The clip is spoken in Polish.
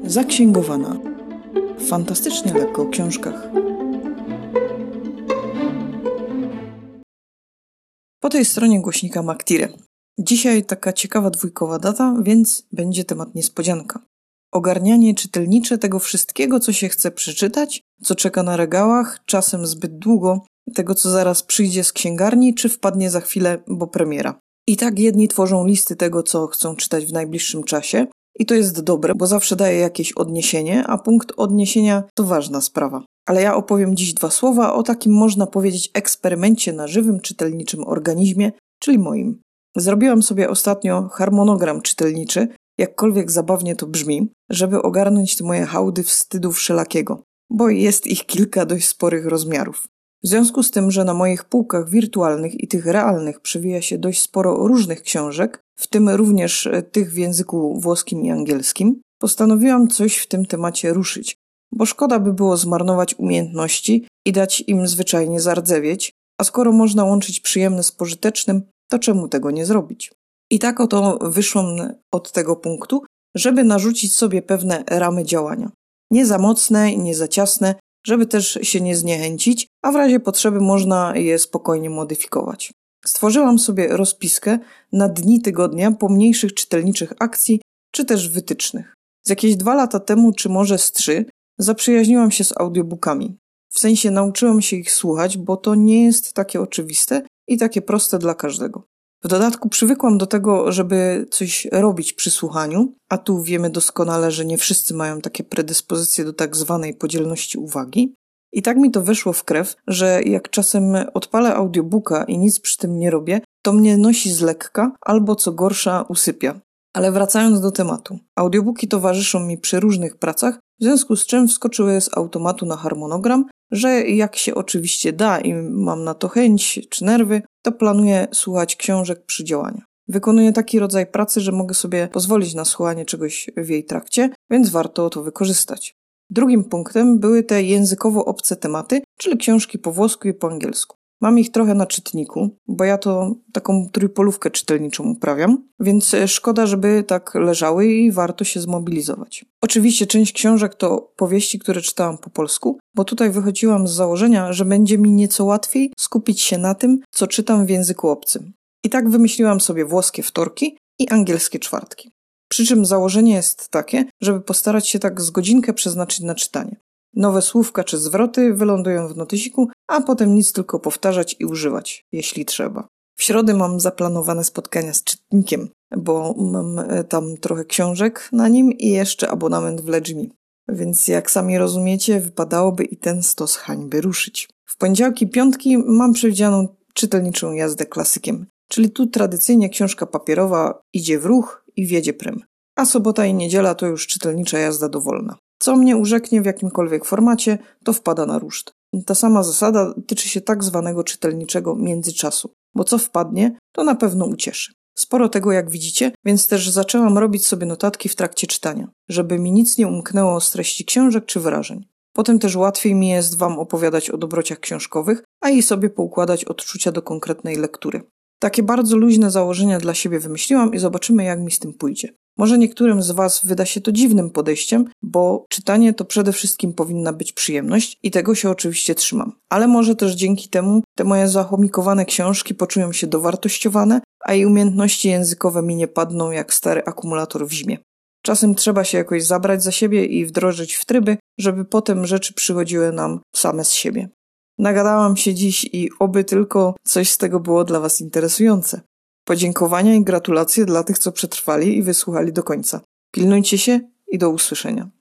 Zaksięgowana. Fantastycznie lekko o książkach. Po tej stronie głośnika Maktire. Dzisiaj taka ciekawa dwójkowa data, więc będzie temat niespodzianka. Ogarnianie czytelnicze tego wszystkiego, co się chce przeczytać, co czeka na regałach, czasem zbyt długo, tego co zaraz przyjdzie z księgarni, czy wpadnie za chwilę, bo premiera. I tak jedni tworzą listy tego, co chcą czytać w najbliższym czasie, i to jest dobre, bo zawsze daje jakieś odniesienie, a punkt odniesienia to ważna sprawa. Ale ja opowiem dziś 2 słowa o takim, można powiedzieć, eksperymencie na żywym czytelniczym organizmie, czyli moim. Zrobiłam sobie ostatnio harmonogram czytelniczy, jakkolwiek zabawnie to brzmi, żeby ogarnąć te moje hałdy wstydu wszelakiego, bo jest ich kilka dość sporych rozmiarów. W związku z tym, że na moich półkach wirtualnych i tych realnych przewija się dość sporo różnych książek, w tym również tych w języku włoskim i angielskim, postanowiłam coś w tym temacie ruszyć, bo szkoda by było zmarnować umiejętności i dać im zwyczajnie zardzewieć, a skoro można łączyć przyjemne z pożytecznym, to czemu tego nie zrobić? I tak oto wyszłam od tego punktu, żeby narzucić sobie pewne ramy działania. Nie za mocne i nie za ciasne, żeby też się nie zniechęcić, a w razie potrzeby można je spokojnie modyfikować. Stworzyłam sobie rozpiskę na dni tygodnia pomniejszych czytelniczych akcji, czy też wytycznych. Z jakieś 2 lata temu, czy może z 3, zaprzyjaźniłam się z audiobookami. W sensie nauczyłam się ich słuchać, bo to nie jest takie oczywiste i takie proste dla każdego. W dodatku przywykłam do tego, żeby coś robić przy słuchaniu, a tu wiemy doskonale, że nie wszyscy mają takie predyspozycje do tak zwanej podzielności uwagi. I tak mi to weszło w krew, że jak czasem odpalę audiobooka i nic przy tym nie robię, to mnie nosi z lekka albo co gorsza usypia. Ale wracając do tematu. Audiobooki towarzyszą mi przy różnych pracach, w związku z czym wskoczyły z automatu na harmonogram, że jak się oczywiście da i mam na to chęć czy nerwy, to planuję słuchać książek przy działaniu. Wykonuję taki rodzaj pracy, że mogę sobie pozwolić na słuchanie czegoś w jej trakcie, więc warto to wykorzystać. Drugim punktem były te językowo obce tematy, czyli książki po włosku i po angielsku. Mam ich trochę na czytniku, bo ja to taką trójpolówkę czytelniczą uprawiam, więc szkoda, żeby tak leżały i warto się zmobilizować. Oczywiście część książek to powieści, które czytałam po polsku, bo tutaj wychodziłam z założenia, że będzie mi nieco łatwiej skupić się na tym, co czytam w języku obcym. I tak wymyśliłam sobie włoskie wtorki i angielskie czwartki. Przy czym założenie jest takie, żeby postarać się tak z godzinkę przeznaczyć na czytanie. Nowe słówka czy zwroty wylądują w notesiku, a potem nic tylko powtarzać i używać, jeśli trzeba. W środę mam zaplanowane spotkania z czytnikiem, bo mam tam trochę książek na nim i jeszcze abonament w Ledgme. Więc jak sami rozumiecie, wypadałoby i ten stos hańby ruszyć. W poniedziałki, piątki mam przewidzianą czytelniczą jazdę klasykiem, czyli tu tradycyjnie książka papierowa idzie w ruch i wiedzie prym. A sobota i niedziela to już czytelnicza jazda dowolna. Co mnie urzeknie w jakimkolwiek formacie, to wpada na ruszt. Ta sama zasada tyczy się tak zwanego czytelniczego międzyczasu, bo co wpadnie, to na pewno ucieszy. Sporo tego, jak widzicie, więc też zaczęłam robić sobie notatki w trakcie czytania, żeby mi nic nie umknęło z treści książek czy wrażeń. Potem też łatwiej mi jest wam opowiadać o dobrociach książkowych, a i sobie poukładać odczucia do konkretnej lektury. Takie bardzo luźne założenia dla siebie wymyśliłam i zobaczymy, jak mi z tym pójdzie. Może niektórym z was wyda się to dziwnym podejściem, bo czytanie to przede wszystkim powinna być przyjemność i tego się oczywiście trzymam. Ale może też dzięki temu te moje zachomikowane książki poczują się dowartościowane, a i umiejętności językowe mi nie padną jak stary akumulator w zimie. Czasem trzeba się jakoś zabrać za siebie i wdrożyć w tryby, żeby potem rzeczy przychodziły nam same z siebie. Nagadałam się dziś i oby tylko coś z tego było dla was interesujące. Podziękowania i gratulacje dla tych, co przetrwali i wysłuchali do końca. Pilnujcie się i do usłyszenia.